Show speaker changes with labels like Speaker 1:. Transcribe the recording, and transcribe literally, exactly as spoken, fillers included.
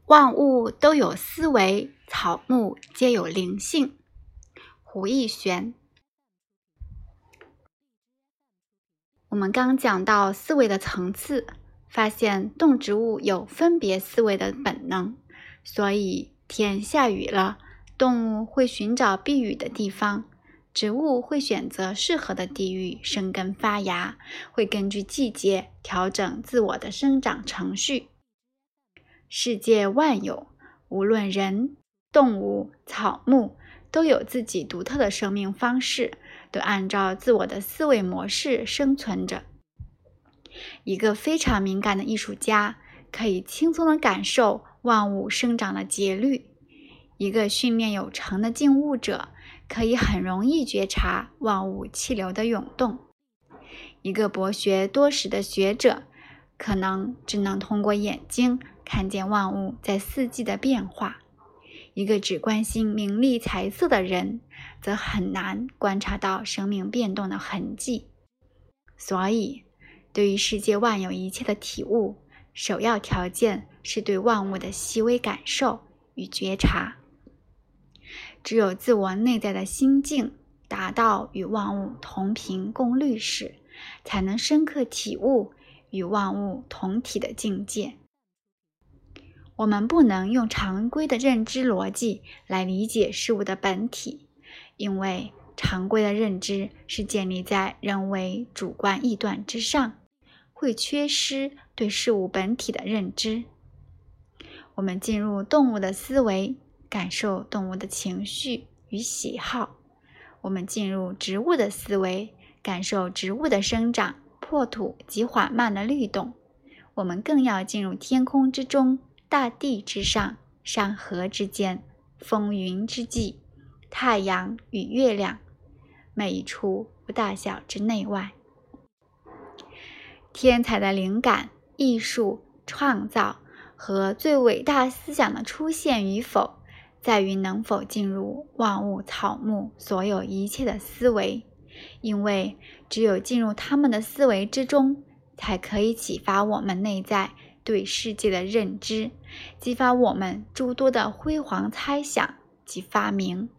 Speaker 1: 万物都有思维，草木皆有灵性。胡逸轩。我们刚讲到思维的层次，发现动植物有分别思维的本能，所以天下雨了，动物会寻找避雨的地方，植物会选择适合的地域生根发芽，会根据季节调整自我的生长程序。世界万有，无论人、动物、草木，都有自己独特的生命方式，都按照自我的思维模式生存着。一个非常敏感的艺术家可以轻松地感受万物生长的节律，一个训练有成的静物者可以很容易觉察万物气流的涌动，一个博学多识的学者可能只能通过眼睛看见万物在四季的变化，一个只关心名利财色的人则很难观察到生命变动的痕迹。所以对于世界万有一切的体悟，首要条件是对万物的细微感受与觉察。只有自我内在的心境达到与万物同频共律时，才能深刻体悟与万物同体的境界。我们不能用常规的认知逻辑来理解事物的本体，因为常规的认知是建立在人为主观臆断之上，会缺失对事物本体的认知。我们进入动物的思维，感受动物的情绪与喜好；我们进入植物的思维，感受植物的生长、破土及缓慢的律动；我们更要进入天空之中、大地之上、山河之间、风云之际、太阳与月亮，每一处不大小之内外。天才的灵感、艺术、创造和最伟大思想的出现与否，在于能否进入万物草木所有一切的思维，因为只有进入他们的思维之中，才可以启发我们内在对世界的认知，激发我们诸多的辉煌猜想及发明。